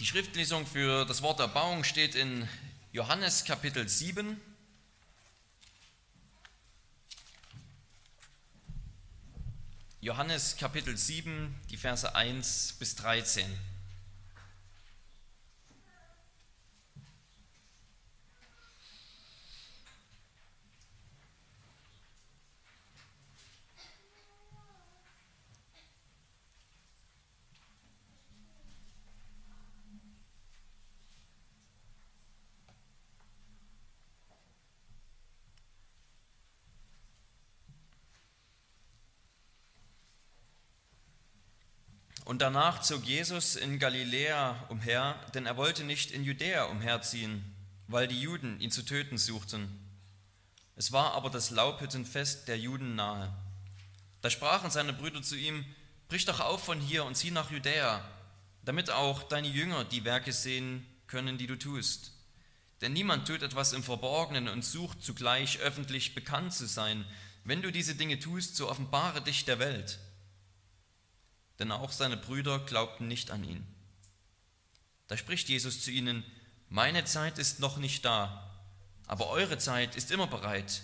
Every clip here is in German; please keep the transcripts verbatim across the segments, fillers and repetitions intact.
Die Schriftlesung für das Wort Erbauung steht in Johannes Kapitel sieben. Johannes Kapitel sieben, die Verse eins bis dreizehn. Und danach zog Jesus in Galiläa umher, denn er wollte nicht in Judäa umherziehen, weil die Juden ihn zu töten suchten. Es war aber das Laubhüttenfest der Juden nahe. Da sprachen seine Brüder zu ihm: Brich doch auf von hier und zieh nach Judäa, damit auch deine Jünger die Werke sehen können, die du tust. Denn niemand tut etwas im Verborgenen und sucht zugleich öffentlich bekannt zu sein. Wenn du diese Dinge tust, so offenbare dich der Welt. Denn auch seine Brüder glaubten nicht an ihn. Da spricht Jesus zu ihnen: Meine Zeit ist noch nicht da, aber eure Zeit ist immer bereit.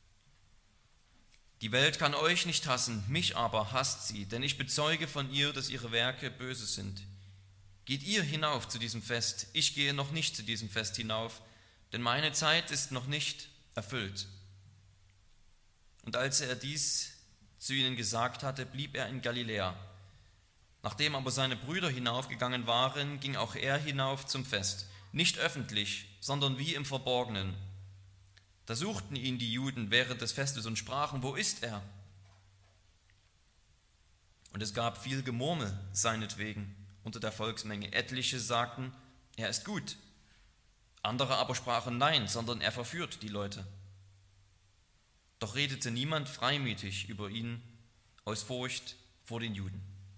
Die Welt kann euch nicht hassen, mich aber hasst sie, denn ich bezeuge von ihr, dass ihre Werke böse sind. Geht ihr hinauf zu diesem Fest, ich gehe noch nicht zu diesem Fest hinauf, denn meine Zeit ist noch nicht erfüllt. Und als er dies zu ihnen gesagt hatte, blieb er in Galiläa. Nachdem aber seine Brüder hinaufgegangen waren, ging auch er hinauf zum Fest, nicht öffentlich, sondern wie im Verborgenen. Da suchten ihn die Juden während des Festes und sprachen: Wo ist er? Und es gab viel Gemurmel seinetwegen unter der Volksmenge. Etliche sagten: Er ist gut. Andere aber sprachen: Nein, sondern er verführt die Leute. Doch redete niemand freimütig über ihn aus Furcht vor den Juden.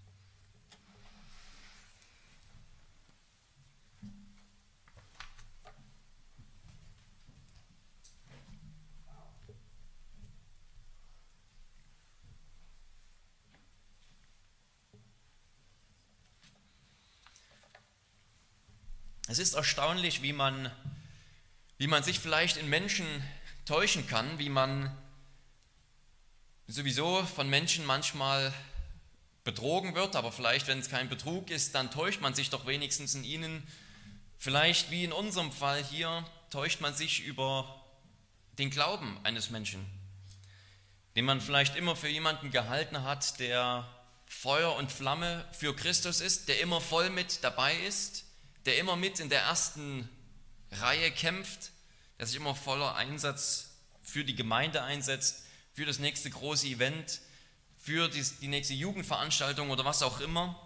Es ist erstaunlich, wie man, wie man sich vielleicht in Menschen täuschen kann, wie man sowieso von Menschen manchmal betrogen wird, aber vielleicht, wenn es kein Betrug ist, dann täuscht man sich doch wenigstens in ihnen. Vielleicht wie in unserem Fall hier, täuscht man sich über den Glauben eines Menschen, den man vielleicht immer für jemanden gehalten hat, der Feuer und Flamme für Christus ist, der immer voll mit dabei ist, der immer mit in der ersten Reihe kämpft, der sich immer voller Einsatz für die Gemeinde einsetzt, für das nächste große Event, für die, die nächste Jugendveranstaltung oder was auch immer.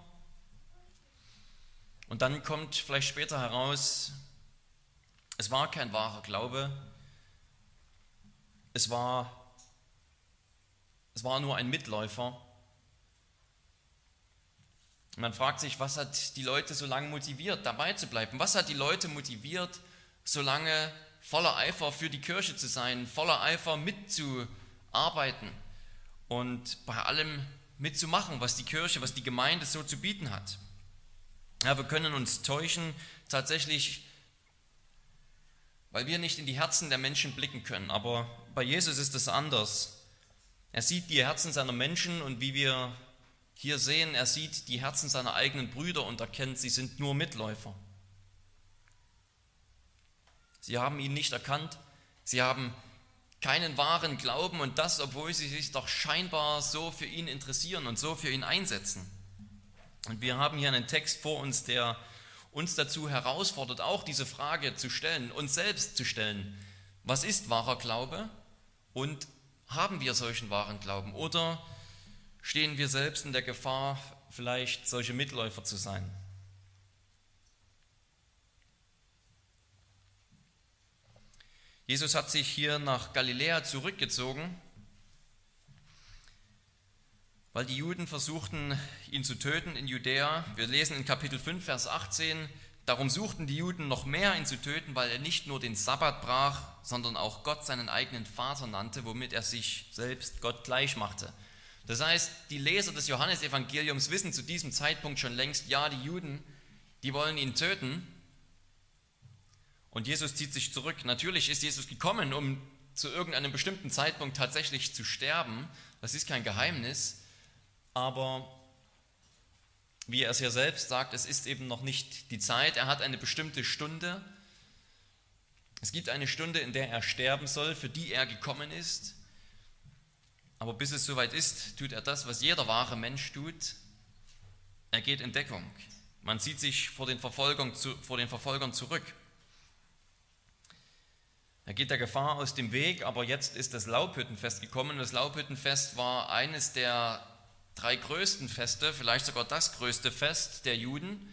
Und dann kommt vielleicht später heraus, es war kein wahrer Glaube, es war, es war nur ein Mitläufer. Man fragt sich, was hat die Leute so lange motiviert, dabei zu bleiben? Was hat die Leute motiviert, so lange voller Eifer für die Kirche zu sein, voller Eifer mitzuarbeiten und bei allem mitzumachen, was die Kirche, was die Gemeinde so zu bieten hat? Ja, wir können uns täuschen, tatsächlich, weil wir nicht in die Herzen der Menschen blicken können. Aber bei Jesus ist es anders. Er sieht die Herzen seiner Menschen und wie wir hier sehen, er sieht die Herzen seiner eigenen Brüder und erkennt, sie sind nur Mitläufer. Sie haben ihn nicht erkannt, sie haben keinen wahren Glauben und das, obwohl sie sich doch scheinbar so für ihn interessieren und so für ihn einsetzen. Und wir haben hier einen Text vor uns, der uns dazu herausfordert, auch diese Frage zu stellen, uns selbst zu stellen: Was ist wahrer Glaube und haben wir solchen wahren Glauben? Oder stehen wir selbst in der Gefahr, vielleicht solche Mitläufer zu sein? Jesus hat sich hier nach Galiläa zurückgezogen, weil die Juden versuchten, ihn zu töten in Judäa. Wir lesen in Kapitel fünf, Vers achtzehn: Darum suchten die Juden noch mehr, ihn zu töten, weil er nicht nur den Sabbat brach, sondern auch Gott seinen eigenen Vater nannte, womit er sich selbst Gott gleich machte. Das heißt, die Leser des Johannesevangeliums wissen zu diesem Zeitpunkt schon längst, ja, die Juden, die wollen ihn töten und Jesus zieht sich zurück. Natürlich ist Jesus gekommen, um zu irgendeinem bestimmten Zeitpunkt tatsächlich zu sterben, das ist kein Geheimnis, aber wie er es ja selbst sagt, es ist eben noch nicht die Zeit, er hat eine bestimmte Stunde. Es gibt eine Stunde, in der er sterben soll, für die er gekommen ist. Aber bis es soweit ist, tut er das, was jeder wahre Mensch tut. Er geht in Deckung. Man zieht sich vor den Verfolgern, vor den Verfolgern zurück. Er geht der Gefahr aus dem Weg, aber jetzt ist das Laubhüttenfest gekommen. Das Laubhüttenfest war eines der drei größten Feste, vielleicht sogar das größte Fest der Juden.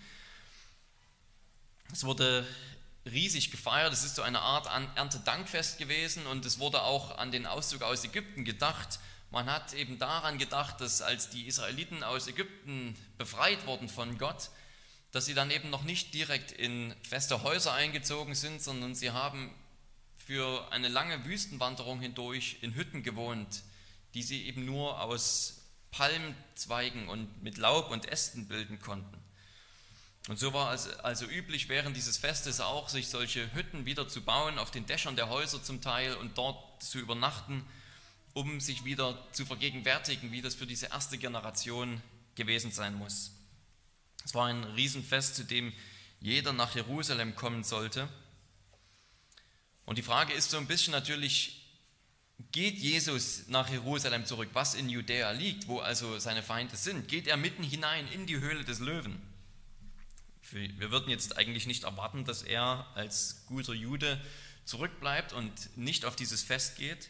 Es wurde riesig gefeiert, es ist so eine Art Erntedankfest gewesen und es wurde auch an den Auszug aus Ägypten gedacht. Man hat eben daran gedacht, dass als die Israeliten aus Ägypten befreit wurden von Gott, dass sie dann eben noch nicht direkt in feste Häuser eingezogen sind, sondern sie haben für eine lange Wüstenwanderung hindurch in Hütten gewohnt, die sie eben nur aus Palmzweigen und mit Laub und Ästen bilden konnten. Und so war es also üblich, während dieses Festes auch, sich solche Hütten wieder zu bauen, auf den Dächern der Häuser zum Teil und dort zu übernachten, um sich wieder zu vergegenwärtigen, wie das für diese erste Generation gewesen sein muss. Es war ein Riesenfest, zu dem jeder nach Jerusalem kommen sollte. Und die Frage ist so ein bisschen natürlich, geht Jesus nach Jerusalem zurück, was in Judäa liegt, wo also seine Feinde sind? Geht er mitten hinein in die Höhle des Löwen? Wir würden jetzt eigentlich nicht erwarten, dass er als guter Jude zurückbleibt und nicht auf dieses Fest geht.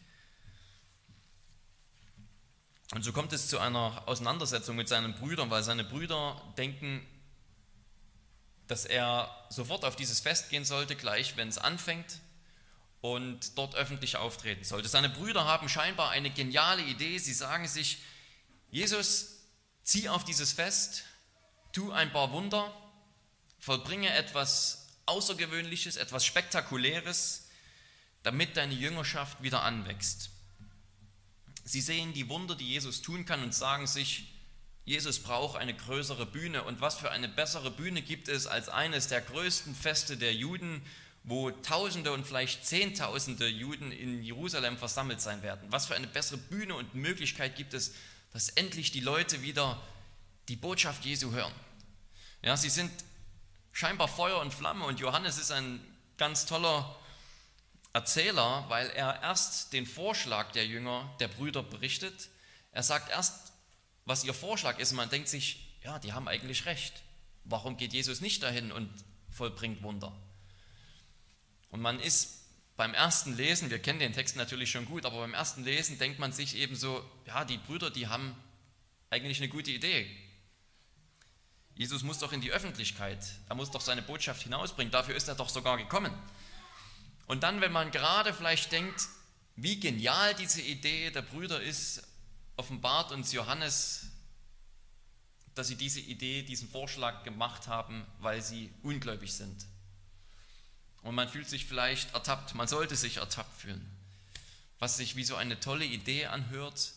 Und so kommt es zu einer Auseinandersetzung mit seinen Brüdern, weil seine Brüder denken, dass er sofort auf dieses Fest gehen sollte, gleich wenn es anfängt, und dort öffentlich auftreten sollte. Seine Brüder haben scheinbar eine geniale Idee. Sie sagen sich, Jesus, zieh auf dieses Fest, tu ein paar Wunder, vollbringe etwas Außergewöhnliches, etwas Spektakuläres, damit deine Jüngerschaft wieder anwächst. Sie sehen die Wunder, die Jesus tun kann und sagen sich, Jesus braucht eine größere Bühne. Und was für eine bessere Bühne gibt es als eines der größten Feste der Juden, wo Tausende und vielleicht Zehntausende Juden in Jerusalem versammelt sein werden. Was für eine bessere Bühne und Möglichkeit gibt es, dass endlich die Leute wieder die Botschaft Jesu hören. Ja, sie sind scheinbar Feuer und Flamme und Johannes ist ein ganz toller Erzähler, weil er erst den Vorschlag der Jünger, der Brüder berichtet. Er sagt erst, was ihr Vorschlag ist und man denkt sich, ja, die haben eigentlich recht. Warum geht Jesus nicht dahin und vollbringt Wunder? Und man ist beim ersten Lesen, wir kennen den Text natürlich schon gut, aber beim ersten Lesen denkt man sich eben so, ja, die Brüder, die haben eigentlich eine gute Idee. Jesus muss doch in die Öffentlichkeit, er muss doch seine Botschaft hinausbringen, dafür ist er doch sogar gekommen. Und dann, wenn man gerade vielleicht denkt, wie genial diese Idee der Brüder ist, offenbart uns Johannes, dass sie diese Idee, diesen Vorschlag gemacht haben, weil sie ungläubig sind. Und man fühlt sich vielleicht ertappt, man sollte sich ertappt fühlen. Was sich wie so eine tolle Idee anhört,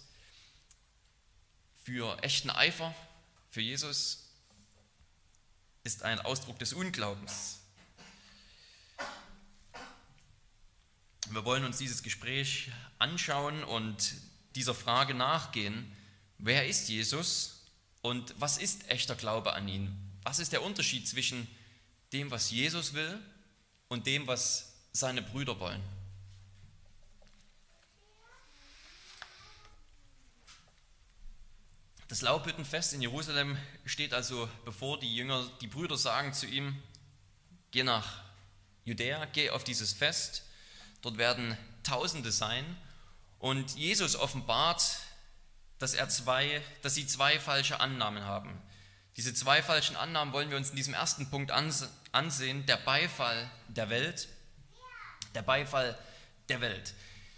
für echten Eifer, für Jesus, ist ein Ausdruck des Unglaubens. Wir wollen uns dieses Gespräch anschauen und dieser Frage nachgehen, wer ist Jesus und was ist echter Glaube an ihn? Was ist der Unterschied zwischen dem, was Jesus will, und dem, was seine Brüder wollen? Das Laubhüttenfest in Jerusalem steht also bevor. Die Jünger, die Brüder sagen zu ihm, geh nach Judäa, geh auf dieses Fest, dort werden Tausende sein. Und Jesus offenbart, dass, er zwei, dass sie zwei falsche Annahmen haben. Diese zwei falschen Annahmen wollen wir uns in diesem ersten Punkt ansehen, der Beifall der Welt, der Beifall der Welt.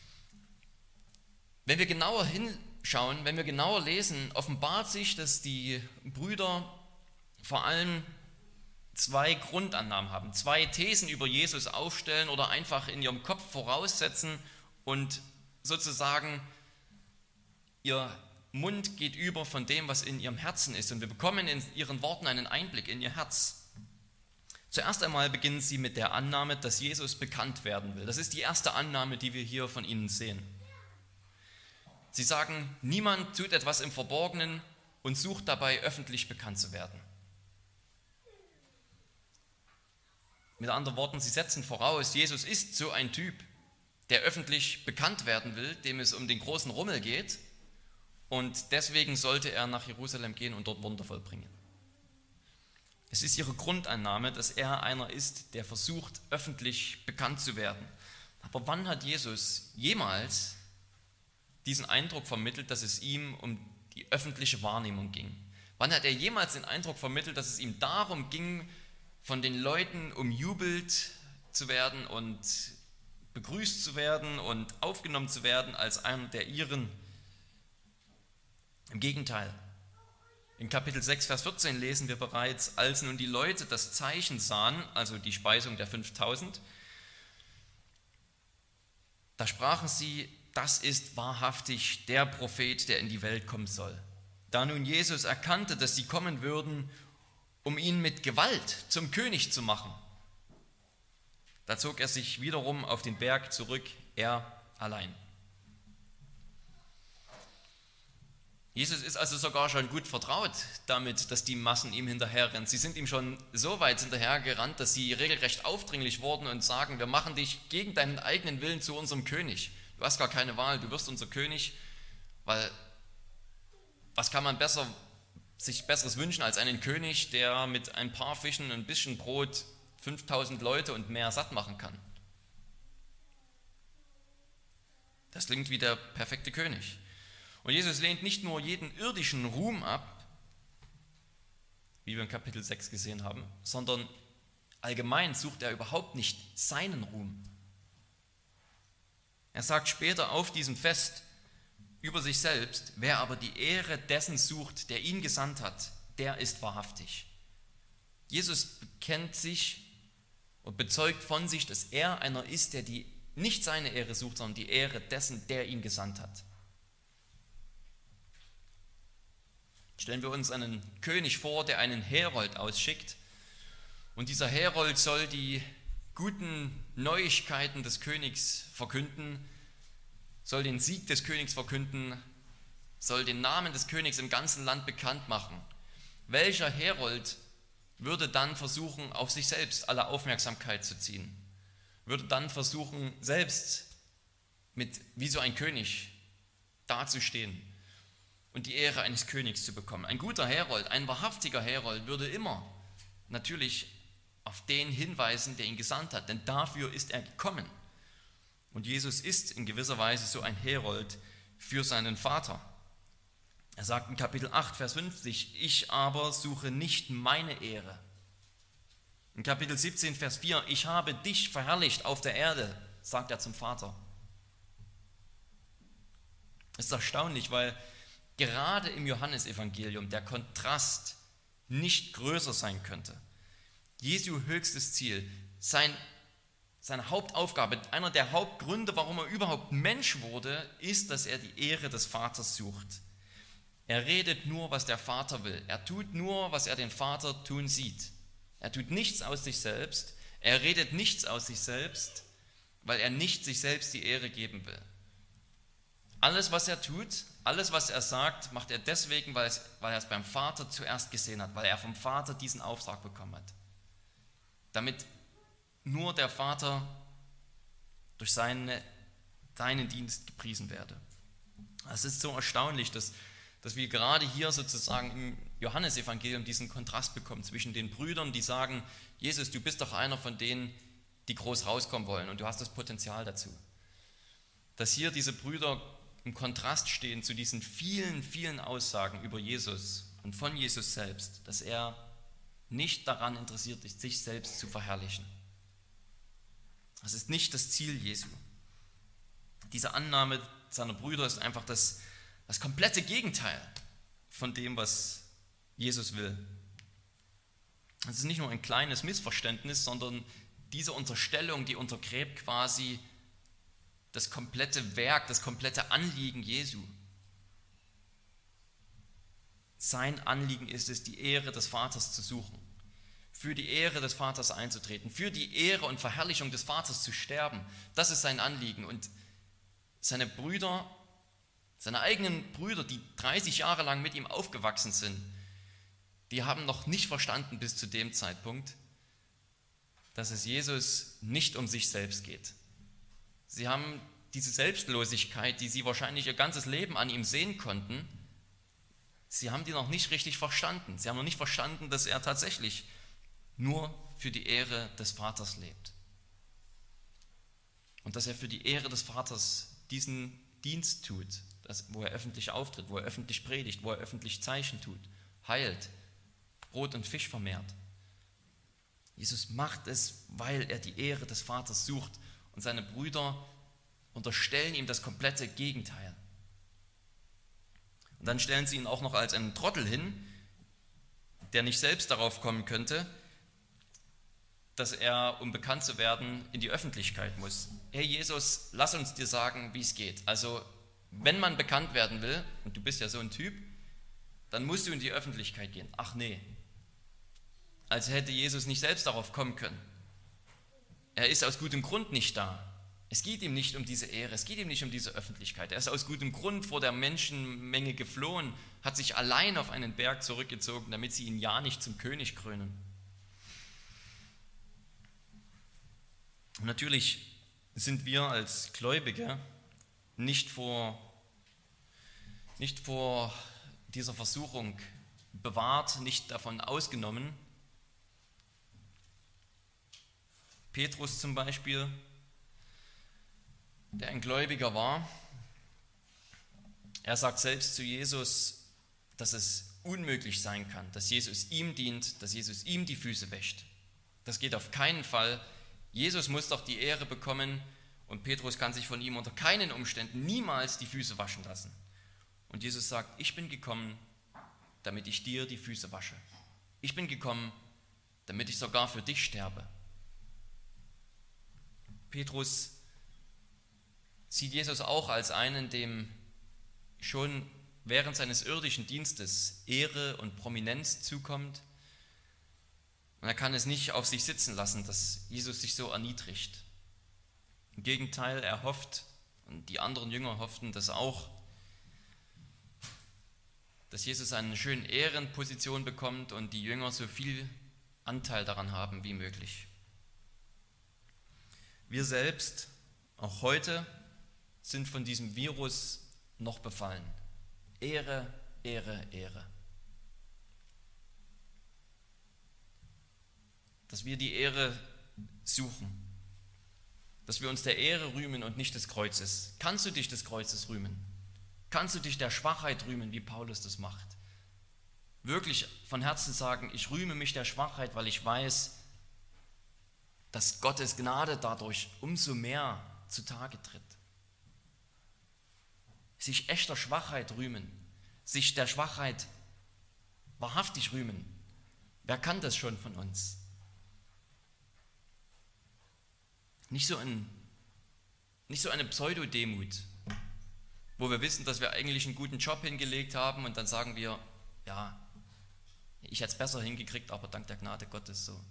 Wenn wir genauer hinschauen, wenn wir genauer lesen, offenbart sich, dass die Brüder vor allem zwei Grundannahmen haben, zwei Thesen über Jesus aufstellen oder einfach in ihrem Kopf voraussetzen und sozusagen ihr Mund geht über von dem, was in ihrem Herzen ist. Und wir bekommen in ihren Worten einen Einblick in ihr Herz. Zuerst einmal beginnen sie mit der Annahme, dass Jesus bekannt werden will. Das ist die erste Annahme, die wir hier von ihnen sehen. Sie sagen, niemand tut etwas im Verborgenen und sucht dabei, öffentlich bekannt zu werden. Mit anderen Worten, sie setzen voraus, Jesus ist so ein Typ, der öffentlich bekannt werden will, dem es um den großen Rummel geht, und deswegen sollte er nach Jerusalem gehen und dort Wunder vollbringen. Es ist ihre Grundannahme, dass er einer ist, der versucht, öffentlich bekannt zu werden. Aber wann hat Jesus jemals diesen Eindruck vermittelt, dass es ihm um die öffentliche Wahrnehmung ging? Wann hat er jemals den Eindruck vermittelt, dass es ihm darum ging, von den Leuten umjubelt zu werden und begrüßt zu werden und aufgenommen zu werden als einer der ihren? Im Gegenteil. In Kapitel sechs, Vers vierzehn lesen wir bereits, als nun die Leute das Zeichen sahen, also die Speisung der fünftausend, da sprachen sie, das ist wahrhaftig der Prophet, der in die Welt kommen soll. Da nun Jesus erkannte, dass sie kommen würden, um ihn mit Gewalt zum König zu machen, da zog er sich wiederum auf den Berg zurück, er allein. Jesus ist also sogar schon gut vertraut damit, dass die Massen ihm hinterherrennen. Sie sind ihm schon so weit hinterhergerannt, dass sie regelrecht aufdringlich wurden und sagen, wir machen dich gegen deinen eigenen Willen zu unserem König. Du hast gar keine Wahl, du wirst unser König, weil was kann man besser, sich Besseres wünschen als einen König, der mit ein paar Fischen und ein bisschen Brot fünftausend Leute und mehr satt machen kann. Das klingt wie der perfekte König. Und Jesus lehnt nicht nur jeden irdischen Ruhm ab, wie wir in Kapitel sechs gesehen haben, sondern allgemein sucht er überhaupt nicht seinen Ruhm. Er sagt später auf diesem Fest über sich selbst, wer aber die Ehre dessen sucht, der ihn gesandt hat, der ist wahrhaftig. Jesus bekennt sich und bezeugt von sich, dass er einer ist, der die, nicht seine Ehre sucht, sondern die Ehre dessen, der ihn gesandt hat. Stellen wir uns einen König vor, der einen Herold ausschickt, und dieser Herold soll die guten Neuigkeiten des Königs verkünden, soll den Sieg des Königs verkünden, soll den Namen des Königs im ganzen Land bekannt machen. Welcher Herold würde dann versuchen, auf sich selbst alle Aufmerksamkeit zu ziehen? Würde dann versuchen, selbst mit wie so ein König dazustehen und die Ehre eines Königs zu bekommen? Ein guter Herold, ein wahrhaftiger Herold würde immer natürlich auf den hinweisen, der ihn gesandt hat, denn dafür ist er gekommen. Und Jesus ist in gewisser Weise so ein Herold für seinen Vater. Er sagt in Kapitel acht, Vers fünfzig, ich aber suche nicht meine Ehre. In Kapitel siebzehn, Vers vier, ich habe dich verherrlicht auf der Erde, sagt er zum Vater. Es ist erstaunlich, weil gerade im Johannesevangelium der Kontrast nicht größer sein könnte. Jesu höchstes Ziel, sein, seine Hauptaufgabe, einer der Hauptgründe, warum er überhaupt Mensch wurde, ist, dass er die Ehre des Vaters sucht. Er redet nur, was der Vater will. Er tut nur, was er den Vater tun sieht. Er tut nichts aus sich selbst. Er redet nichts aus sich selbst, weil er nicht sich selbst die Ehre geben will. Alles, was er tut, alles, was er sagt, macht er deswegen, weil, es, weil er es beim Vater zuerst gesehen hat, weil er vom Vater diesen Auftrag bekommen hat. Damit nur der Vater durch seine, seinen Dienst gepriesen werde. Es ist so erstaunlich, dass, dass wir gerade hier sozusagen im Johannesevangelium diesen Kontrast bekommen zwischen den Brüdern, die sagen, Jesus, du bist doch einer von denen, die groß rauskommen wollen und du hast das Potenzial dazu. Dass hier diese Brüder im Kontrast stehen zu diesen vielen, vielen Aussagen über Jesus und von Jesus selbst, dass er nicht daran interessiert ist, sich selbst zu verherrlichen. Das ist nicht das Ziel Jesu. Diese Annahme seiner Brüder ist einfach das, das komplette Gegenteil von dem, was Jesus will. Es ist nicht nur ein kleines Missverständnis, sondern diese Unterstellung, die untergräbt quasi das komplette Werk, das komplette Anliegen Jesu. Sein Anliegen ist es, die Ehre des Vaters zu suchen. für die Ehre des Vaters einzutreten, für die Ehre und Verherrlichung des Vaters zu sterben. Das ist sein Anliegen. Und seine Brüder, seine eigenen Brüder, die dreißig Jahre lang mit ihm aufgewachsen sind, die haben noch nicht verstanden bis zu dem Zeitpunkt, dass es Jesus nicht um sich selbst geht. Sie haben diese Selbstlosigkeit, die sie wahrscheinlich ihr ganzes Leben an ihm sehen konnten, sie haben die noch nicht richtig verstanden. Sie haben noch nicht verstanden, dass er tatsächlich nur für die Ehre des Vaters lebt. Und dass er für die Ehre des Vaters diesen Dienst tut, das, wo er öffentlich auftritt, wo er öffentlich predigt, wo er öffentlich Zeichen tut, heilt, Brot und Fisch vermehrt. Jesus macht es, weil er die Ehre des Vaters sucht, und seine Brüder unterstellen ihm das komplette Gegenteil. Und dann stellen sie ihn auch noch als einen Trottel hin, der nicht selbst darauf kommen könnte, dass er, um bekannt zu werden, in die Öffentlichkeit muss. Hey Jesus, lass uns dir sagen, wie es geht. Also, wenn man bekannt werden will, und du bist ja so ein Typ, dann musst du in die Öffentlichkeit gehen. Ach nee, als hätte Jesus nicht selbst darauf kommen können. Er ist aus gutem Grund nicht da. Es geht ihm nicht um diese Ehre, es geht ihm nicht um diese Öffentlichkeit. Er ist aus gutem Grund vor der Menschenmenge geflohen, hat sich allein auf einen Berg zurückgezogen, damit sie ihn ja nicht zum König krönen. Und natürlich sind wir als Gläubige nicht vor, nicht vor dieser Versuchung bewahrt, nicht davon ausgenommen. Petrus zum Beispiel, der ein Gläubiger war, er sagt selbst zu Jesus, dass es unmöglich sein kann, dass Jesus ihm dient, dass Jesus ihm die Füße wäscht. Das geht auf keinen Fall. Jesus muss doch die Ehre bekommen und Petrus kann sich von ihm unter keinen Umständen niemals die Füße waschen lassen. Und Jesus sagt, ich bin gekommen, damit ich dir die Füße wasche. Ich bin gekommen, damit ich sogar für dich sterbe. Petrus sieht Jesus auch als einen, dem schon während seines irdischen Dienstes Ehre und Prominenz zukommt. Und er kann es nicht auf sich sitzen lassen, dass Jesus sich so erniedrigt. Im Gegenteil, er hofft, und die anderen Jünger hofften das auch, dass Jesus eine schöne Ehrenposition bekommt und die Jünger so viel Anteil daran haben wie möglich. Wir selbst, auch heute, sind von diesem Virus noch befallen. Ehre, Ehre, Ehre. Dass wir die Ehre suchen. Dass wir uns der Ehre rühmen und nicht des Kreuzes. Kannst du dich des Kreuzes rühmen? Kannst du dich der Schwachheit rühmen, wie Paulus das macht? Wirklich von Herzen sagen, ich rühme mich der Schwachheit, weil ich weiß, dass Gottes Gnade dadurch umso mehr zutage tritt. Sich echter Schwachheit rühmen, sich der Schwachheit wahrhaftig rühmen. Wer kann das schon von uns? Nicht so, ein, nicht so eine Pseudodemut, wo wir wissen, dass wir eigentlich einen guten Job hingelegt haben und dann sagen wir, ja, ich hätte es besser hingekriegt, aber dank der Gnade Gottes so.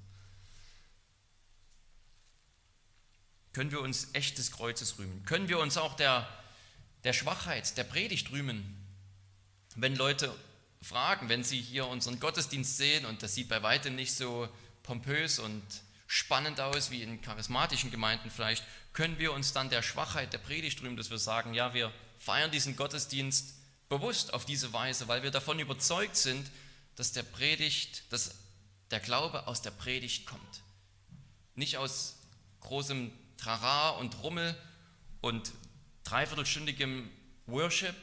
Können wir uns echt des Kreuzes rühmen? Können wir uns auch der, der Schwachheit, der Predigt rühmen? Wenn Leute fragen, wenn sie hier unseren Gottesdienst sehen und das sieht bei weitem nicht so pompös und spannend aus wie in charismatischen Gemeinden vielleicht, können wir uns dann der Schwachheit, der Predigt rühmen, dass wir sagen, ja, wir feiern diesen Gottesdienst bewusst auf diese Weise, weil wir davon überzeugt sind, dass der Predigt, dass der Glaube aus der Predigt kommt. Nicht aus großem Trara und Rummel und dreiviertelstündigem Worship,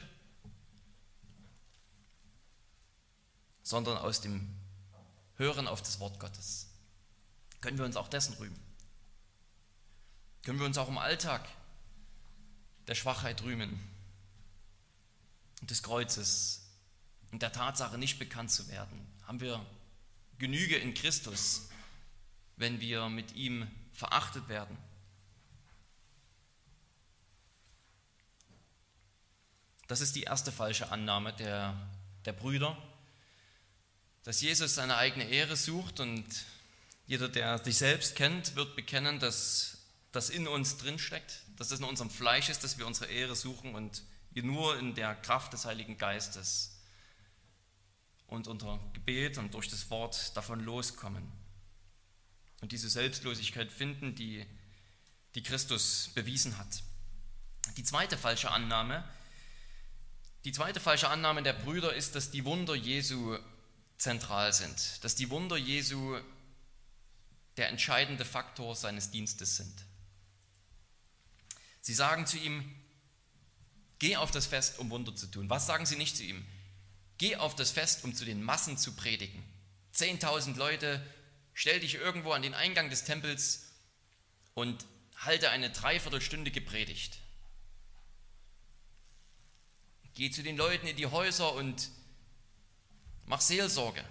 sondern aus dem Hören auf das Wort Gottes. Können wir uns auch dessen rühmen? Können wir uns auch im Alltag der Schwachheit rühmen und des Kreuzes und der Tatsache, nicht bekannt zu werden? Haben wir Genüge in Christus, wenn wir mit ihm verachtet werden? Das ist die erste falsche Annahme der, der Brüder, dass Jesus seine eigene Ehre sucht und Jeder, der sich selbst kennt, wird bekennen, dass das in uns drinsteckt, dass das in unserem Fleisch ist, dass wir unsere Ehre suchen und wir nur in der Kraft des Heiligen Geistes und unter Gebet und durch das Wort davon loskommen und diese Selbstlosigkeit finden, die, die Christus bewiesen hat. Die zweite falsche Annahme, die zweite falsche Annahme der Brüder ist, dass die Wunder Jesu zentral sind, dass die Wunder Jesu der entscheidende Faktor seines Dienstes sind. Sie sagen zu ihm, geh auf das Fest, um Wunder zu tun. Was sagen sie nicht zu ihm? Geh auf das Fest, um zu den Massen zu predigen. Zehntausend Leute, stell dich irgendwo an den Eingang des Tempels und halte eine dreiviertelstündige Predigt. Geh zu den Leuten in die Häuser und mach Seelsorge.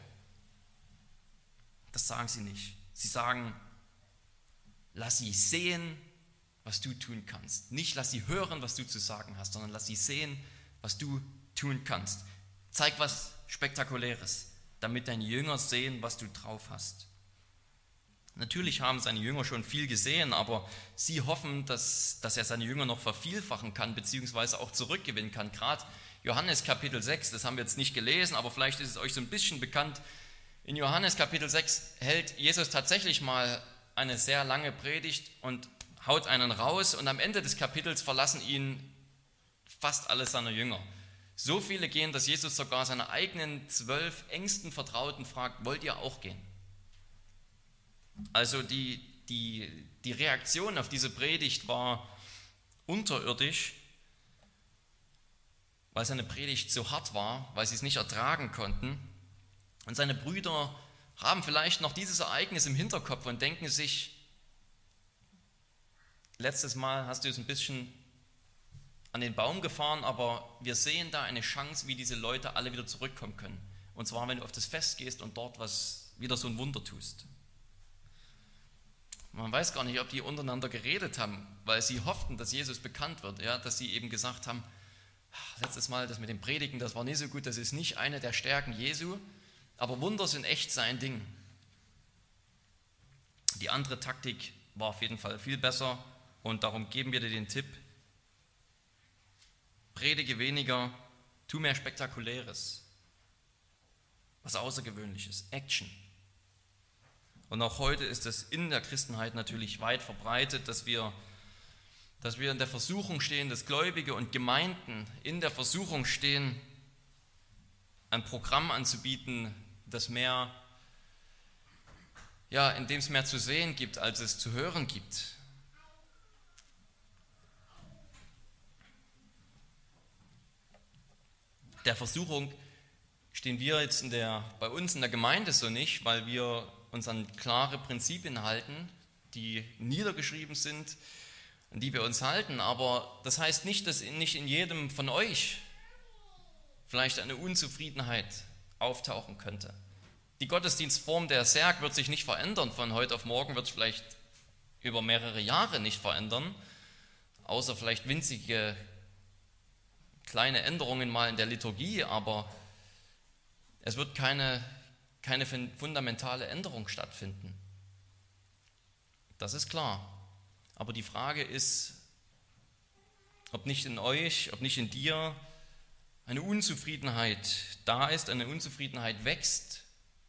Das sagen sie nicht. Sie sagen, lass sie sehen, was du tun kannst. Nicht lass sie hören, was du zu sagen hast, sondern lass sie sehen, was du tun kannst. Zeig was Spektakuläres, damit deine Jünger sehen, was du drauf hast. Natürlich haben seine Jünger schon viel gesehen, aber sie hoffen, dass, dass er seine Jünger noch vervielfachen kann, beziehungsweise auch zurückgewinnen kann. Gerade Johannes Kapitel sechs, das haben wir jetzt nicht gelesen, aber vielleicht ist es euch so ein bisschen bekannt. In Johannes Kapitel sechs hält Jesus tatsächlich mal eine sehr lange Predigt und haut einen raus und am Ende des Kapitels verlassen ihn fast alle seine Jünger. So viele gehen, dass Jesus sogar seine eigenen zwölf engsten Vertrauten fragt, wollt ihr auch gehen? Also die, die, die Reaktion auf diese Predigt war unterirdisch, weil seine Predigt so hart war, weil sie es nicht ertragen konnten. Und seine Brüder haben vielleicht noch dieses Ereignis im Hinterkopf und denken sich, letztes Mal hast du es ein bisschen an den Baum gefahren, aber wir sehen da eine Chance, wie diese Leute alle wieder zurückkommen können. Und zwar, wenn du auf das Fest gehst und dort was wieder so ein Wunder tust. Man weiß gar nicht, ob die untereinander geredet haben, weil sie hofften, dass Jesus bekannt wird, ja, dass sie eben gesagt haben, letztes Mal das mit dem Predigen, das war nicht so gut, das ist nicht eine der Stärken Jesu, aber Wunder sind echt sein Ding. Die andere Taktik war auf jeden Fall viel besser und darum geben wir dir den Tipp, predige weniger, tu mehr Spektakuläres, was Außergewöhnliches, Action. Und auch heute ist es in der Christenheit natürlich weit verbreitet, dass wir, dass wir in der Versuchung stehen, dass Gläubige und Gemeinden in der Versuchung stehen, ein Programm anzubieten, das mehr, ja, in dem es mehr zu sehen gibt, als es zu hören gibt. Der Versuchung stehen wir jetzt in der, bei uns in der Gemeinde so nicht, weil wir uns an klare Prinzipien halten, die niedergeschrieben sind, an die wir uns halten. Aber das heißt nicht, dass nicht in jedem von euch vielleicht eine Unzufriedenheit auftauchen könnte. Die Gottesdienstform der Serg wird sich nicht verändern. Von heute auf morgen wird es vielleicht über mehrere Jahre nicht verändern, außer vielleicht winzige kleine Änderungen mal in der Liturgie, aber es wird keine, keine fundamentale Änderung stattfinden. Das ist klar. Aber die Frage ist, ob nicht in euch, ob nicht in dir eine Unzufriedenheit da ist, eine Unzufriedenheit wächst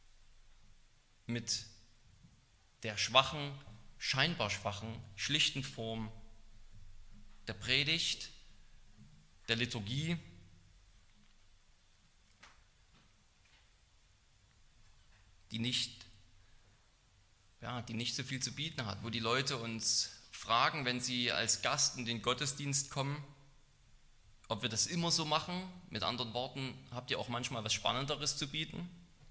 mit der schwachen, scheinbar schwachen, schlichten Form der Predigt, der Liturgie, die nicht, ja, die nicht so viel zu bieten hat, wo die Leute uns fragen, wenn sie als Gast in den Gottesdienst kommen, ob wir das immer so machen. Mit anderen Worten, habt ihr auch manchmal was Spannenderes zu bieten?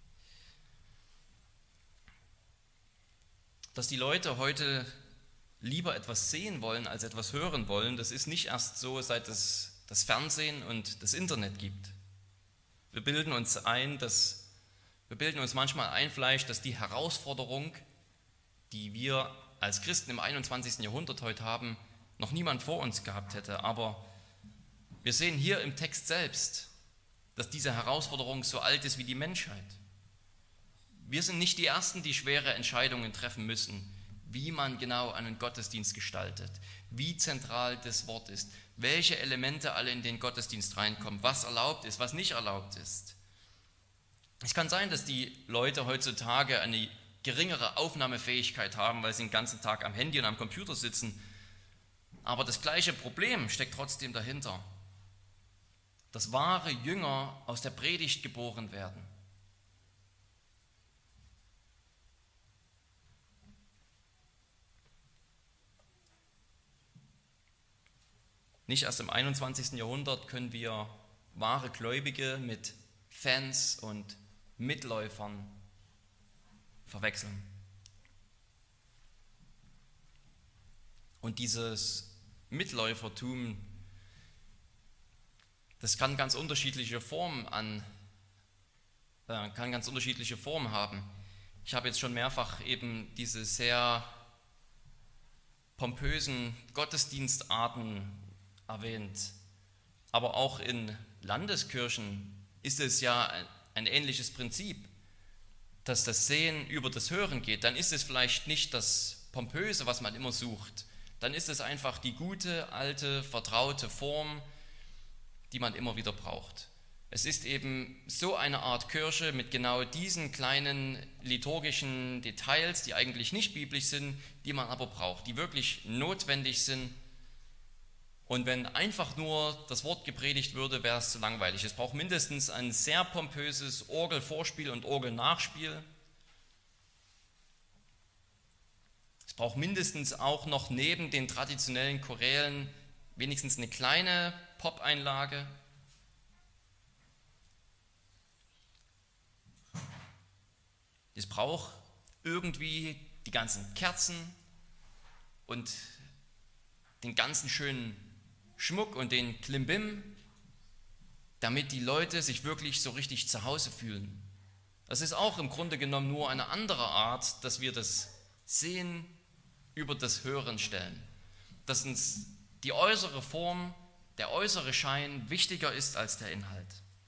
Dass die Leute heute lieber etwas sehen wollen, als etwas hören wollen, das ist nicht erst so, seit es das Fernsehen und das Internet gibt. Wir bilden uns ein, dass wir bilden uns manchmal ein, vielleicht, dass die Herausforderung, die wir als Christen im einundzwanzigsten Jahrhundert heute haben, noch niemand vor uns gehabt hätte. Aber wir sehen hier im Text selbst, dass diese Herausforderung so alt ist wie die Menschheit. Wir sind nicht die Ersten, die schwere Entscheidungen treffen müssen, wie man genau einen Gottesdienst gestaltet, wie zentral das Wort ist, welche Elemente alle in den Gottesdienst reinkommen, was erlaubt ist, was nicht erlaubt ist. Es kann sein, dass die Leute heutzutage eine geringere Aufnahmefähigkeit haben, weil sie den ganzen Tag am Handy und am Computer sitzen, aber das gleiche Problem steckt trotzdem dahinter. Dass wahre Jünger aus der Predigt geboren werden. Nicht erst im einundzwanzigsten Jahrhundert können wir wahre Gläubige mit Fans und Mitläufern verwechseln. Und dieses Mitläufertum, das kann ganz unterschiedliche Formen an, äh, kann ganz unterschiedliche Formen haben. Ich habe jetzt schon mehrfach eben diese sehr pompösen Gottesdienstarten erwähnt. Aber auch in Landeskirchen ist es ja ein, ein ähnliches Prinzip, dass das Sehen über das Hören geht. Dann ist es vielleicht nicht das Pompöse, was man immer sucht. Dann ist es einfach die gute, alte, vertraute Form, die man immer wieder braucht. Es ist eben so eine Art Kirche mit genau diesen kleinen liturgischen Details, die eigentlich nicht biblisch sind, die man aber braucht, die wirklich notwendig sind. Und wenn einfach nur das Wort gepredigt würde, wäre es zu langweilig. Es braucht mindestens ein sehr pompöses Orgelvorspiel und Orgelnachspiel. Es braucht mindestens auch noch neben den traditionellen Chorälen wenigstens eine kleine Pop-Einlage. Es braucht irgendwie die ganzen Kerzen und den ganzen schönen Schmuck und den Klimbim, damit die Leute sich wirklich so richtig zu Hause fühlen. Das ist auch im Grunde genommen nur eine andere Art, dass wir das Sehen über das Hören stellen. Dass uns die äußere Form, der äußere Schein wichtiger ist als der Inhalt.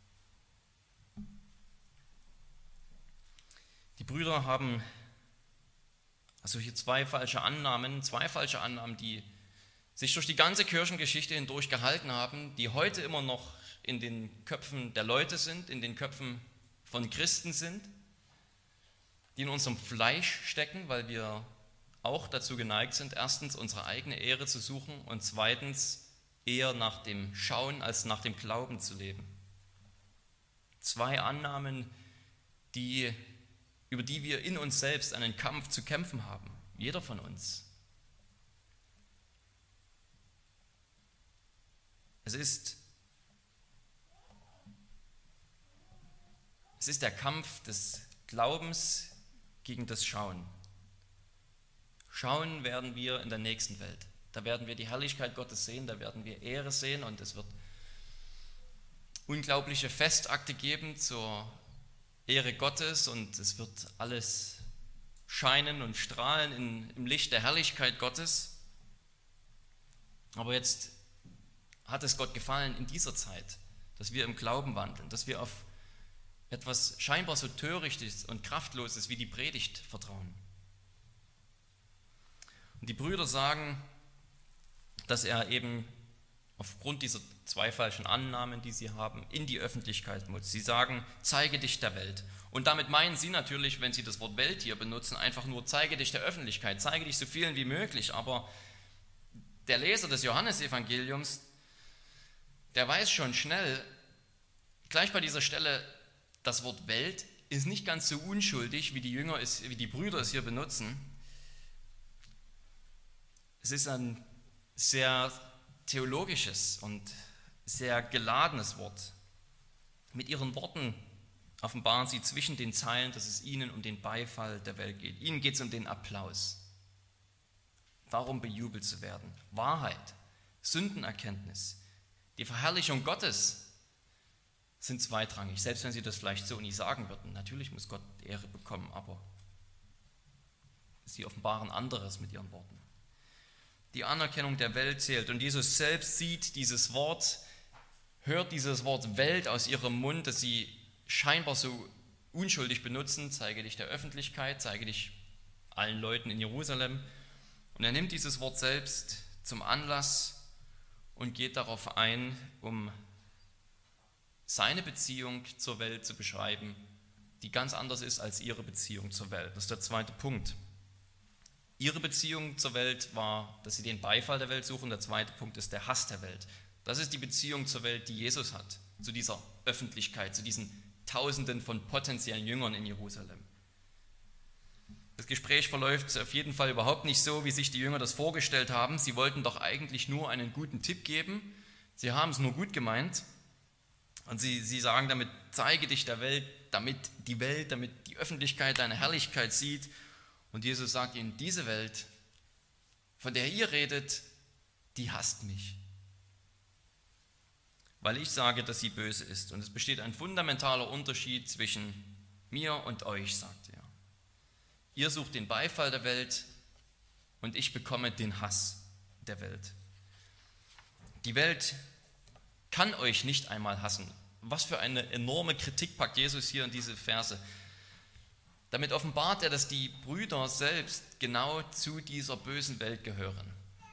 Die Brüder haben also hier zwei falsche Annahmen, zwei falsche Annahmen, die sich durch die ganze Kirchengeschichte hindurch gehalten haben, die heute immer noch in den Köpfen der Leute sind, in den Köpfen von Christen sind, die in unserem Fleisch stecken, weil wir auch dazu geneigt sind, erstens unsere eigene Ehre zu suchen und zweitens eher nach dem Schauen als nach dem Glauben zu leben. Zwei Annahmen, die, über die wir in uns selbst einen Kampf zu kämpfen haben, jeder von uns. Es ist, es ist der Kampf des Glaubens gegen das Schauen. Schauen werden wir in der nächsten Welt. Da werden wir die Herrlichkeit Gottes sehen, da werden wir Ehre sehen und es wird unglaubliche Festakte geben zur Ehre Gottes und es wird alles scheinen und strahlen in, im Licht der Herrlichkeit Gottes. Aber jetzt hat es Gott gefallen in dieser Zeit, dass wir im Glauben wandeln, dass wir auf etwas scheinbar so Törichtes und Kraftloses wie die Predigt vertrauen. Und die Brüder sagen, dass er eben aufgrund dieser zwei falschen Annahmen, die sie haben, in die Öffentlichkeit muss. Sie sagen, zeige dich der Welt. Und damit meinen sie natürlich, wenn sie das Wort Welt hier benutzen, einfach nur zeige dich der Öffentlichkeit, zeige dich so vielen wie möglich. Aber der Leser des Johannesevangeliums, der weiß schon schnell, gleich bei dieser Stelle, das Wort Welt ist nicht ganz so unschuldig, wie die Jünger es, wie die Brüder es hier benutzen. Es ist ein sehr theologisches und sehr geladenes Wort. Mit ihren Worten offenbaren sie zwischen den Zeilen, dass es ihnen um den Beifall der Welt geht. Ihnen geht es um den Applaus. Darum bejubelt zu werden. Wahrheit, Sündenerkenntnis, die Verherrlichung Gottes sind zweitrangig, selbst wenn sie das vielleicht so nie sagen würden. Natürlich muss Gott Ehre bekommen, aber sie offenbaren anderes mit ihren Worten. Die Anerkennung der Welt zählt und Jesus selbst sieht dieses Wort, hört dieses Wort Welt aus ihrem Mund, das sie scheinbar so unschuldig benutzen, zeige dich der Öffentlichkeit, zeige dich allen Leuten in Jerusalem. Und er nimmt dieses Wort selbst zum Anlass und geht darauf ein, um seine Beziehung zur Welt zu beschreiben, die ganz anders ist als ihre Beziehung zur Welt. Das ist der zweite Punkt. Ihre Beziehung zur Welt war, dass sie den Beifall der Welt suchen. Der zweite Punkt ist der Hass der Welt. Das ist die Beziehung zur Welt, die Jesus hat, zu dieser Öffentlichkeit, zu diesen Tausenden von potenziellen Jüngern in Jerusalem. Das Gespräch verläuft auf jeden Fall überhaupt nicht so, wie sich die Jünger das vorgestellt haben. Sie wollten doch eigentlich nur einen guten Tipp geben. Sie haben es nur gut gemeint. Und sie, sie sagen damit, zeige dich der Welt, damit die Welt, damit die Öffentlichkeit deine Herrlichkeit sieht. Und Jesus sagt ihnen, diese Welt, von der ihr redet, die hasst mich. Weil ich sage, dass sie böse ist. Und es besteht ein fundamentaler Unterschied zwischen mir und euch, sagt er. Ihr sucht den Beifall der Welt und ich bekomme den Hass der Welt. Die Welt kann euch nicht einmal hassen. Was für eine enorme Kritik packt Jesus hier in diese Verse. Damit offenbart er, dass die Brüder selbst genau zu dieser bösen Welt gehören.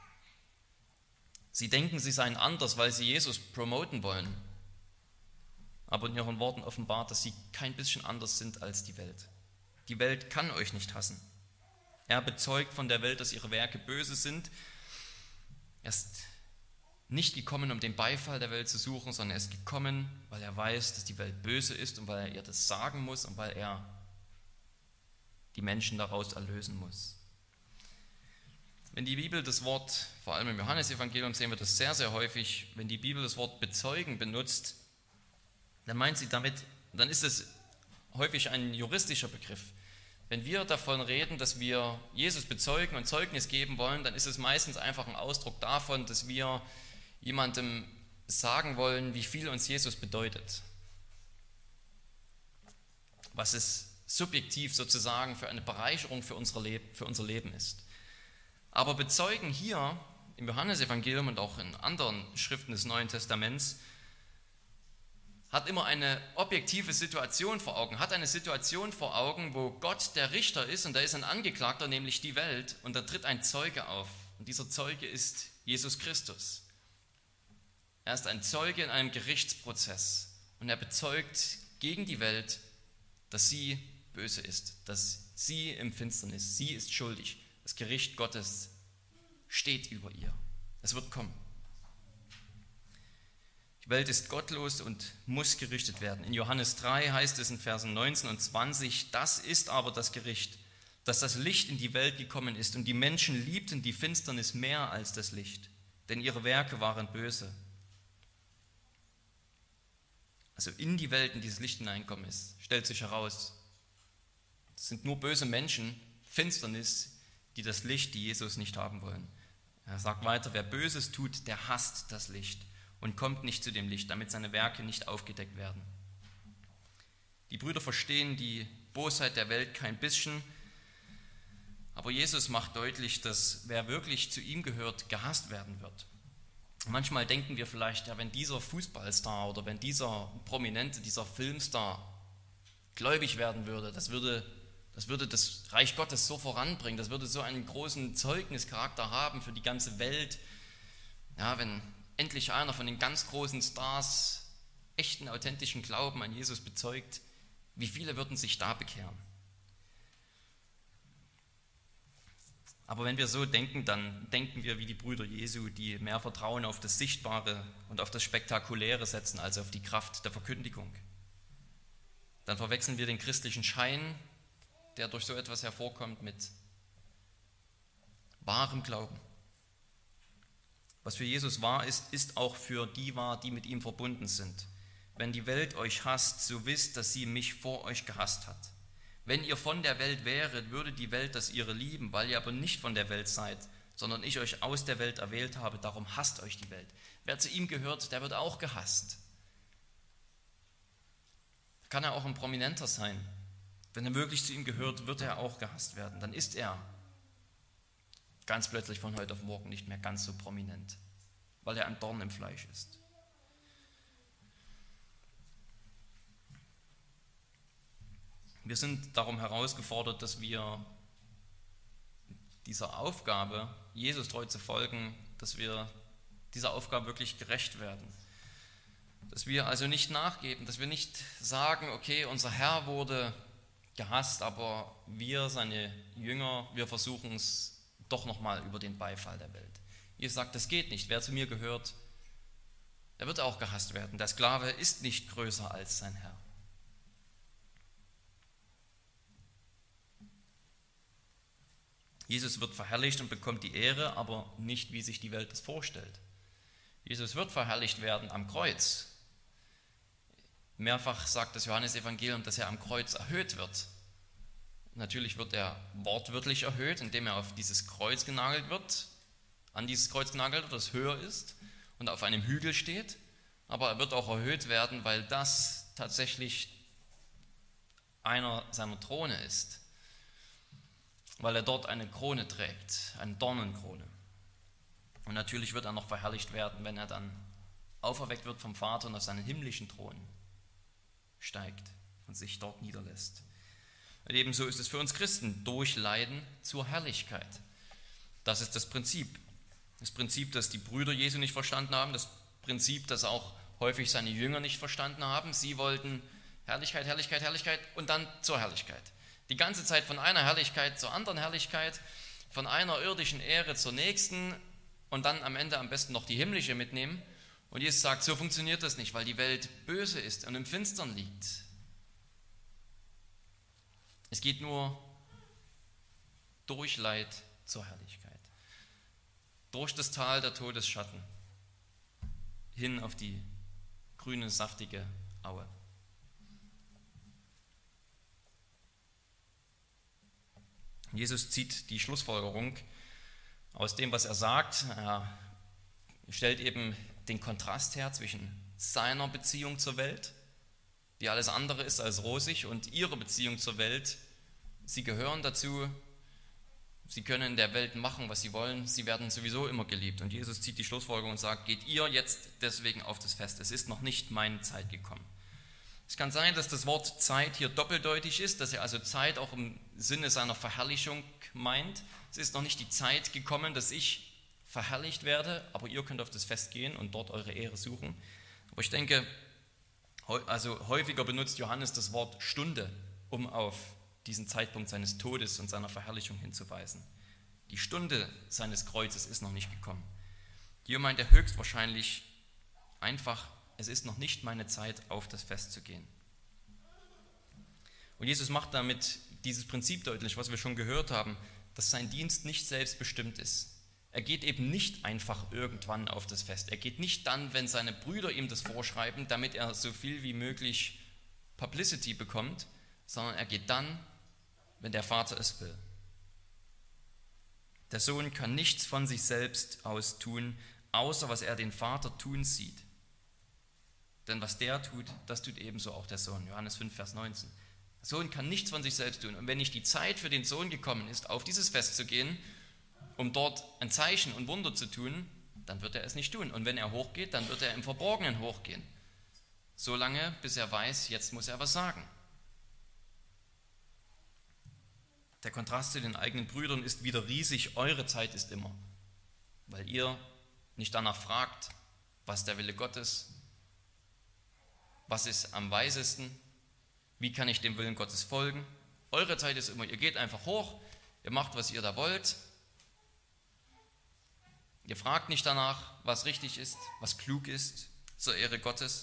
Sie denken, sie seien anders, weil sie Jesus promoten wollen. Aber in ihren Worten offenbart, dass sie kein bisschen anders sind als die Welt. Die Welt kann euch nicht hassen. Er bezeugt von der Welt, dass ihre Werke böse sind. Er ist nicht gekommen, um den Beifall der Welt zu suchen, sondern er ist gekommen, weil er weiß, dass die Welt böse ist und weil er ihr das sagen muss und weil er die Menschen daraus erlösen muss. Wenn die Bibel das Wort, vor allem im Johannesevangelium sehen wir das sehr, sehr häufig, wenn die Bibel das Wort bezeugen benutzt, dann meint sie damit, dann ist es häufig ein juristischer Begriff. Wenn wir davon reden, dass wir Jesus bezeugen und Zeugnis geben wollen, dann ist es meistens einfach ein Ausdruck davon, dass wir jemandem sagen wollen, wie viel uns Jesus bedeutet. Was es subjektiv sozusagen für eine Bereicherung für, unsere Le- für unser Leben ist. Aber bezeugen hier im Johannesevangelium und auch in anderen Schriften des Neuen Testaments hat immer eine objektive Situation vor Augen, hat eine Situation vor Augen, wo Gott der Richter ist und da ist ein Angeklagter, nämlich die Welt, und da tritt ein Zeuge auf. Und dieser Zeuge ist Jesus Christus. Er ist ein Zeuge in einem Gerichtsprozess und er bezeugt gegen die Welt, dass sie böse ist, dass sie im Finsternis, sie ist schuldig. Das Gericht Gottes steht über ihr. Es wird kommen. Die Welt ist gottlos und muss gerichtet werden. In Johannes drei heißt es in Versen neunzehn und zwanzig, das ist aber das Gericht, dass das Licht in die Welt gekommen ist und die Menschen liebten die Finsternis mehr als das Licht, denn ihre Werke waren böse. Also in die Welt, in dieses Licht hineinkommen ist, stellt sich heraus, es sind nur böse Menschen, Finsternis, die das Licht, die Jesus nicht haben wollen. Er sagt weiter, wer Böses tut, der hasst das Licht und kommt nicht zu dem Licht, damit seine Werke nicht aufgedeckt werden. Die Brüder verstehen die Bosheit der Welt kein bisschen, aber Jesus macht deutlich, dass wer wirklich zu ihm gehört, gehasst werden wird. Manchmal denken wir vielleicht, ja, wenn dieser Fußballstar oder wenn dieser Prominente, dieser Filmstar gläubig werden würde, das würde, das würde das Reich Gottes so voranbringen, das würde so einen großen Zeugnischarakter haben für die ganze Welt. Ja, wenn endlich einer von den ganz großen Stars echten, authentischen Glauben an Jesus bezeugt, wie viele würden sich da bekehren? Aber wenn wir so denken, dann denken wir wie die Brüder Jesu, die mehr Vertrauen auf das Sichtbare und auf das Spektakuläre setzen, als auf die Kraft der Verkündigung. Dann verwechseln wir den christlichen Schein, der durch so etwas hervorkommt, mit wahrem Glauben. Was für Jesus wahr ist, ist auch für die wahr, die mit ihm verbunden sind. Wenn die Welt euch hasst, so wisst, dass sie mich vor euch gehasst hat. Wenn ihr von der Welt wäret, würde die Welt das ihre lieben, weil ihr aber nicht von der Welt seid, sondern ich euch aus der Welt erwählt habe, darum hasst euch die Welt. Wer zu ihm gehört, der wird auch gehasst. Kann er auch ein Prominenter sein. Wenn er wirklich zu ihm gehört, wird er auch gehasst werden. Dann ist er ganz plötzlich von heute auf morgen nicht mehr ganz so prominent, weil er ein Dorn im Fleisch ist. Wir sind darum herausgefordert, dass wir dieser Aufgabe, Jesus treu zu folgen, dass wir dieser Aufgabe wirklich gerecht werden. Dass wir also nicht nachgeben, dass wir nicht sagen, okay, unser Herr wurde gehasst, aber wir, seine Jünger, wir versuchen es doch nochmal über den Beifall der Welt. Jesus sagt, das geht nicht. Wer zu mir gehört, der wird auch gehasst werden. Der Sklave ist nicht größer als sein Herr. Jesus wird verherrlicht und bekommt die Ehre, aber nicht, wie sich die Welt das vorstellt. Jesus wird verherrlicht werden am Kreuz. Mehrfach sagt das Johannesevangelium, dass er am Kreuz erhöht wird. Natürlich wird er wortwörtlich erhöht, indem er auf dieses Kreuz genagelt wird, an dieses Kreuz genagelt wird, das höher ist und auf einem Hügel steht. Aber er wird auch erhöht werden, weil das tatsächlich einer seiner Throne ist. Weil er dort eine Krone trägt, eine Dornenkrone. Und natürlich wird er noch verherrlicht werden, wenn er dann auferweckt wird vom Vater und auf seinen himmlischen Thron steigt und sich dort niederlässt. Und ebenso ist es für uns Christen, durch Leiden zur Herrlichkeit. Das ist das Prinzip. Das Prinzip, das die Brüder Jesu nicht verstanden haben, das Prinzip, das auch häufig seine Jünger nicht verstanden haben. Sie wollten Herrlichkeit, Herrlichkeit, Herrlichkeit und dann zur Herrlichkeit. Die ganze Zeit von einer Herrlichkeit zur anderen Herrlichkeit, von einer irdischen Ehre zur nächsten und dann am Ende am besten noch die himmlische mitnehmen. Und Jesus sagt, so funktioniert das nicht, weil die Welt böse ist und im Finstern liegt. Es geht nur durch Leid zur Herrlichkeit. Durch das Tal der Todesschatten hin auf die grüne, saftige Aue. Jesus zieht die Schlussfolgerung aus dem, was er sagt. Er stellt eben den Kontrast her zwischen seiner Beziehung zur Welt, die alles andere ist als rosig, und ihrer Beziehung zur Welt. Sie gehören dazu, sie können in der Welt machen, was sie wollen, sie werden sowieso immer geliebt. Und Jesus zieht die Schlussfolgerung und sagt, geht ihr jetzt deswegen auf das Fest, es ist noch nicht meine Zeit gekommen. Es kann sein, dass das Wort Zeit hier doppeldeutig ist, dass er also Zeit auch im Sinne seiner Verherrlichung meint. Es ist noch nicht die Zeit gekommen, dass ich verherrlicht werde, aber ihr könnt auf das Fest gehen und dort eure Ehre suchen. Aber ich denke, also häufiger benutzt Johannes das Wort Stunde, um auf diesen Zeitpunkt seines Todes und seiner Verherrlichung hinzuweisen. Die Stunde seines Kreuzes ist noch nicht gekommen. Hier meint er höchstwahrscheinlich einfach, es ist noch nicht meine Zeit, auf das Fest zu gehen. Und Jesus macht damit dieses Prinzip deutlich, was wir schon gehört haben, dass sein Dienst nicht selbstbestimmt ist. Er geht eben nicht einfach irgendwann auf das Fest. Er geht nicht dann, wenn seine Brüder ihm das vorschreiben, damit er so viel wie möglich Publicity bekommt, sondern er geht dann, wenn der Vater es will. Der Sohn kann nichts von sich selbst aus tun, außer was er den Vater tun sieht. Denn was der tut, das tut ebenso auch der Sohn. Johannes fünf, Vers neunzehn. Der Sohn kann nichts von sich selbst tun. Und wenn nicht die Zeit für den Sohn gekommen ist, auf dieses Fest zu gehen, um dort ein Zeichen und Wunder zu tun, dann wird er es nicht tun. Und wenn er hochgeht, dann wird er im Verborgenen hochgehen. Solange, bis er weiß, jetzt muss er was sagen. Der Kontrast zu den eigenen Brüdern ist wieder riesig. Eure Zeit ist immer, weil ihr nicht danach fragt, was der Wille Gottes, was ist am weisesten, wie kann ich dem Willen Gottes folgen. Eure Zeit ist immer, ihr geht einfach hoch, ihr macht, was ihr da wollt. Ihr fragt nicht danach, was richtig ist, was klug ist, zur Ehre Gottes.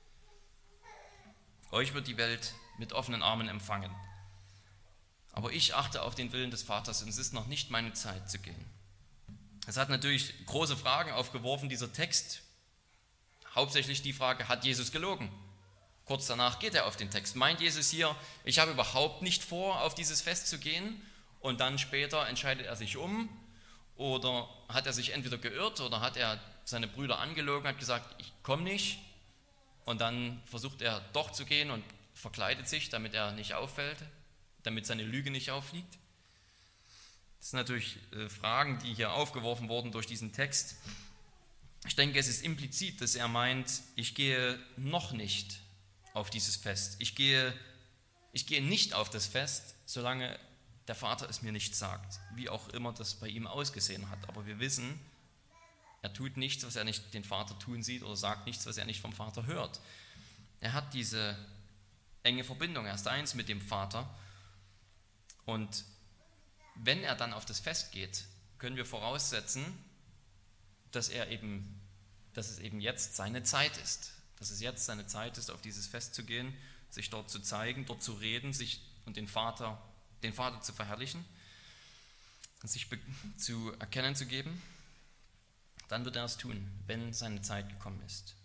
Euch wird die Welt mit offenen Armen empfangen. Aber ich achte auf den Willen des Vaters und es ist noch nicht meine Zeit zu gehen. Es hat natürlich große Fragen aufgeworfen, dieser Text. Hauptsächlich die Frage, hat Jesus gelogen? Kurz danach geht er auf den Text. Meint Jesus hier, ich habe überhaupt nicht vor, auf dieses Fest zu gehen? Und dann später entscheidet er sich um? Oder hat er sich entweder geirrt oder hat er seine Brüder angelogen, hat gesagt, ich komme nicht? Und dann versucht er doch zu gehen und verkleidet sich, damit er nicht auffällt, damit seine Lüge nicht auffliegt. Das sind natürlich Fragen, die hier aufgeworfen wurden durch diesen Text. Ich denke, es ist implizit, dass er meint, ich gehe noch nicht auf dieses Fest. Ich gehe ich gehe nicht auf das Fest, solange der Vater es mir nicht sagt, wie auch immer das bei ihm ausgesehen hat. Aber wir wissen, er tut nichts, was er nicht den Vater tun sieht, oder sagt nichts, was er nicht vom Vater hört. Er hat diese enge Verbindung, er ist eins mit dem Vater. Und wenn er dann auf das Fest geht, können wir voraussetzen, dass er eben, dass es eben jetzt seine Zeit ist. Dass es jetzt seine Zeit ist, auf dieses Fest zu gehen, sich dort zu zeigen, dort zu reden, sich und den Vater, den Vater zu verherrlichen und sich be- zu erkennen zu geben. Dann wird er es tun, wenn seine Zeit gekommen ist.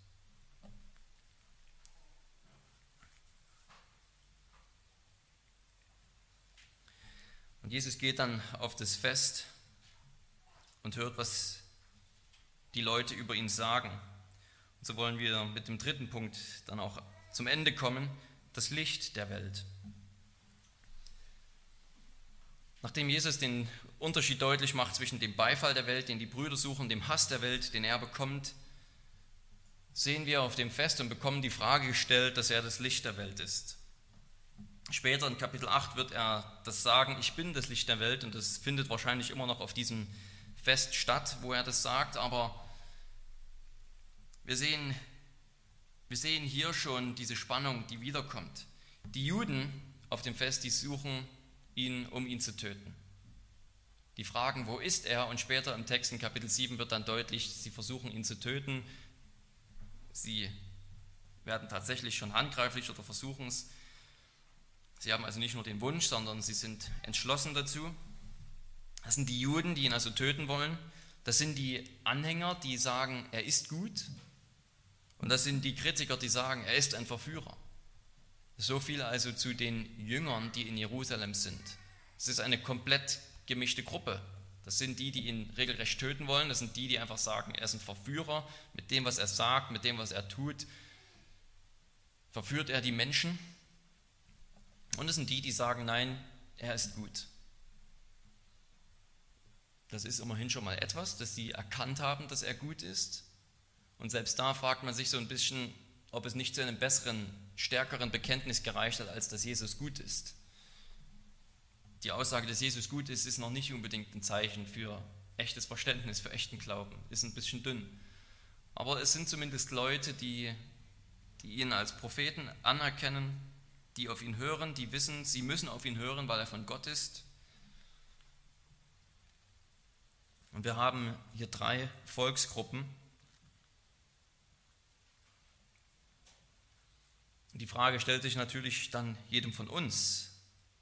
Und Jesus geht dann auf das Fest und hört, was die Leute über ihn sagen. Und so wollen wir mit dem dritten Punkt dann auch zum Ende kommen, das Licht der Welt. Nachdem Jesus den Unterschied deutlich macht zwischen dem Beifall der Welt, den die Brüder suchen, dem Hass der Welt, den er bekommt, sehen wir auf dem Fest und bekommen die Frage gestellt, dass er das Licht der Welt ist. Später in Kapitel acht wird er das sagen, ich bin das Licht der Welt, und das findet wahrscheinlich immer noch auf diesem Fest statt, wo er das sagt, aber wir sehen, wir sehen hier schon diese Spannung, die wiederkommt. Die Juden auf dem Fest, die suchen ihn, um ihn zu töten. Die fragen, wo ist er? Und später im Text in Kapitel sieben wird dann deutlich, sie versuchen ihn zu töten. Sie werden tatsächlich schon handgreiflich oder versuchen es. Sie haben also nicht nur den Wunsch, sondern sie sind entschlossen dazu. Das sind die Juden, die ihn also töten wollen. Das sind die Anhänger, die sagen, er ist gut. Und das sind die Kritiker, die sagen, er ist ein Verführer. So viel also zu den Jüngern, die in Jerusalem sind. Es ist eine komplett gemischte Gruppe. Das sind die, die ihn regelrecht töten wollen. Das sind die, die einfach sagen, er ist ein Verführer. Mit dem, was er sagt, mit dem, was er tut, verführt er die Menschen. Und es sind die, die sagen, nein, er ist gut. Das ist immerhin schon mal etwas, dass sie erkannt haben, dass er gut ist. Und selbst da fragt man sich so ein bisschen, ob es nicht zu einem besseren, stärkeren Bekenntnis gereicht hat, als dass Jesus gut ist. Die Aussage, dass Jesus gut ist, ist noch nicht unbedingt ein Zeichen für echtes Verständnis, für echten Glauben. Ist ein bisschen dünn. Aber es sind zumindest Leute, die, die ihn als Propheten anerkennen, die auf ihn hören, die wissen, sie müssen auf ihn hören, weil er von Gott ist. Und wir haben hier drei Volksgruppen. Die Frage stellt sich natürlich dann jedem von uns,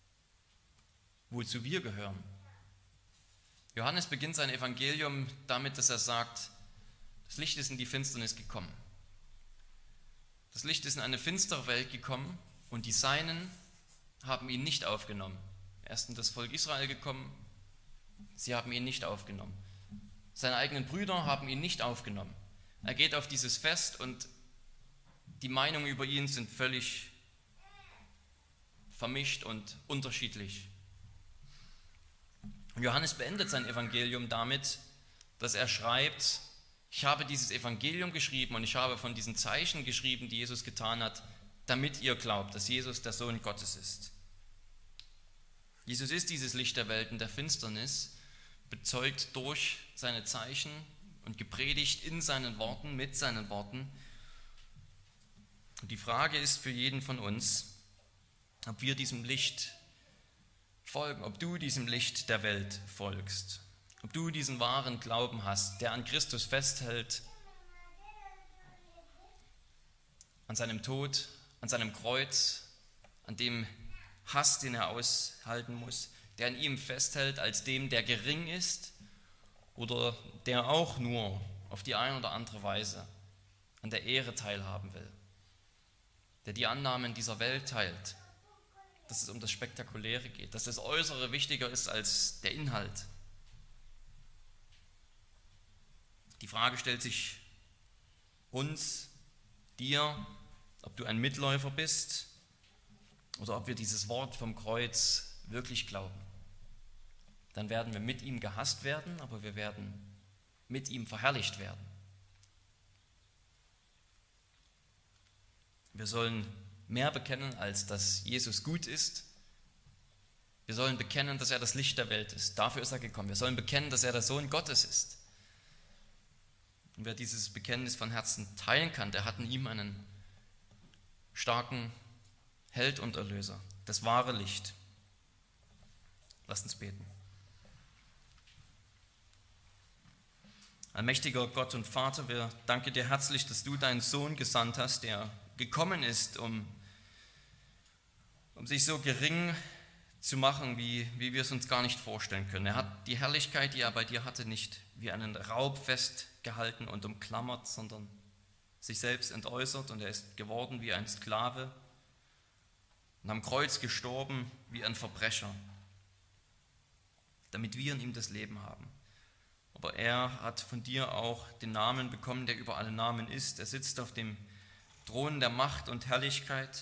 wozu wir gehören. Johannes beginnt sein Evangelium damit, dass er sagt, das Licht ist in die Finsternis gekommen. Das Licht ist in eine finstere Welt gekommen und die Seinen haben ihn nicht aufgenommen. Er ist in das Volk Israel gekommen, sie haben ihn nicht aufgenommen. Seine eigenen Brüder haben ihn nicht aufgenommen. Er geht auf dieses Fest und die Meinungen über ihn sind völlig vermischt und unterschiedlich. Und Johannes beendet sein Evangelium damit, dass er schreibt, ich habe dieses Evangelium geschrieben und ich habe von diesen Zeichen geschrieben, die Jesus getan hat, damit ihr glaubt, dass Jesus der Sohn Gottes ist. Jesus ist dieses Licht der Welt in der Finsternis, bezeugt durch seine Zeichen und gepredigt in seinen Worten, mit seinen Worten. Und die Frage ist für jeden von uns, ob wir diesem Licht folgen, ob du diesem Licht der Welt folgst, ob du diesen wahren Glauben hast, der an Christus festhält, an seinem Tod, an seinem Kreuz, an dem Hass, den er aushalten muss, der an ihm festhält als dem, der gering ist oder der auch nur auf die eine oder andere Weise an der Ehre teilhaben will, der die Annahmen dieser Welt teilt, dass es um das Spektakuläre geht, dass das Äußere wichtiger ist als der Inhalt. Die Frage stellt sich uns, dir, ob du ein Mitläufer bist oder ob wir dieses Wort vom Kreuz wirklich glauben. Dann werden wir mit ihm gehasst werden, aber wir werden mit ihm verherrlicht werden. Wir sollen mehr bekennen, als dass Jesus gut ist. Wir sollen bekennen, dass er das Licht der Welt ist. Dafür ist er gekommen. Wir sollen bekennen, dass er der Sohn Gottes ist. Und wer dieses Bekenntnis von Herzen teilen kann, der hat in ihm einen starken Held und Erlöser, das wahre Licht. Lasst uns beten. Allmächtiger Gott und Vater, wir danken dir herzlich, dass du deinen Sohn gesandt hast, der gekommen ist, um, um sich so gering zu machen, wie, wie wir es uns gar nicht vorstellen können. Er hat die Herrlichkeit, die er bei dir hatte, nicht wie einen Raub festgehalten und umklammert, sondern sich selbst entäußert, und er ist geworden wie ein Sklave und am Kreuz gestorben wie ein Verbrecher, damit wir in ihm das Leben haben. Aber er hat von dir auch den Namen bekommen, der über alle Namen ist. Er sitzt auf dem Thron der Macht und Herrlichkeit.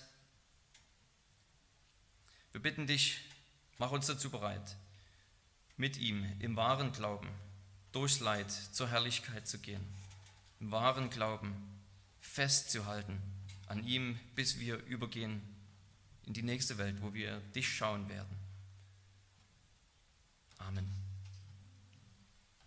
Wir bitten dich, mach uns dazu bereit, mit ihm im wahren Glauben durchs Leid zur Herrlichkeit zu gehen, im wahren Glauben festzuhalten an ihm, bis wir übergehen in die nächste Welt, wo wir dich schauen werden. Amen.